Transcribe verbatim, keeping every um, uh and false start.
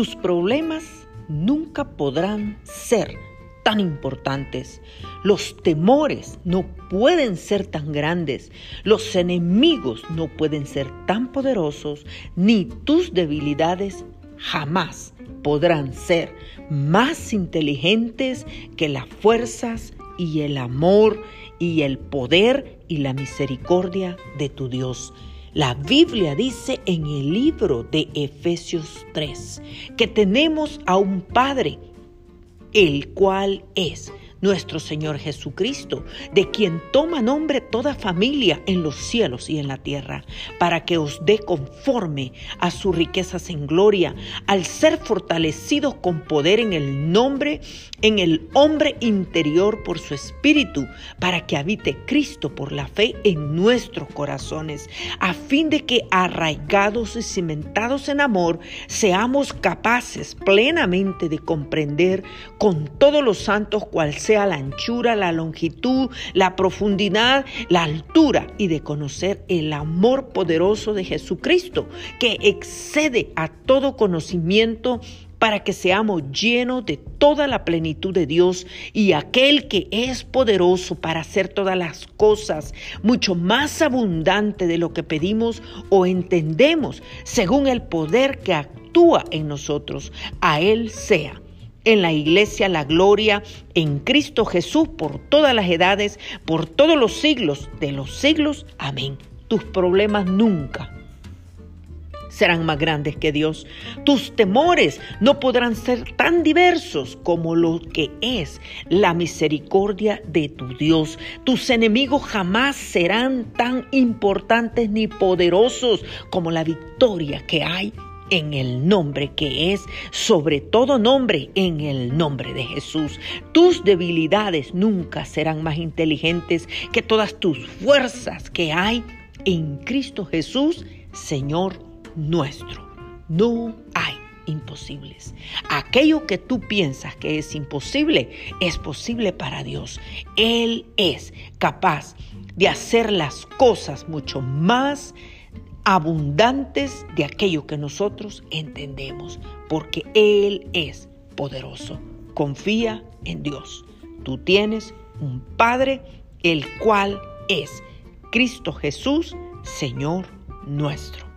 Tus problemas nunca podrán ser tan importantes. Los temores no pueden ser tan grandes. Los enemigos no pueden ser tan poderosos, ni tus debilidades jamás podrán ser más inteligentes que las fuerzas y el amor y el poder y la misericordia de tu Dios. La Biblia dice en el libro de Efesios tres que tenemos a un Padre, el cual es nuestro Señor Jesucristo, de quien toma nombre toda familia en los cielos y en la tierra, para que os dé conforme a sus riquezas en gloria, al ser fortalecidos con poder en el nombre, en el hombre interior por su Espíritu, para que habite Cristo por la fe en nuestros corazones, a fin de que arraigados y cimentados en amor, seamos capaces plenamente de comprender con todos los santos cuál sea la anchura, la longitud, la profundidad, la altura, y de conocer el amor poderoso de Jesucristo, que excede a todo conocimiento, para que seamos llenos de toda la plenitud de Dios, y aquel que es poderoso para hacer todas las cosas mucho más abundante de lo que pedimos o entendemos, según el poder que actúa en nosotros. A Él sea en la iglesia la gloria en Cristo Jesús por todas las edades, por todos los siglos de los siglos. Amén. Tus problemas nunca serán más grandes que Dios. Tus temores no podrán ser tan diversos como lo que es la misericordia de tu Dios. Tus enemigos jamás serán tan importantes ni poderosos como la victoria que hay en el nombre que es sobre todo nombre, en el nombre de Jesús. Tus debilidades nunca serán más inteligentes que todas tus fuerzas que hay en Cristo Jesús, Señor nuestro. No hay imposibles. Aquello que tú piensas que es imposible, es posible para Dios. Él es capaz de hacer las cosas mucho más abundantes de aquello que nosotros entendemos, porque Él es poderoso. Confía en Dios. Tú tienes un Padre, el cual es Cristo Jesús, Señor nuestro.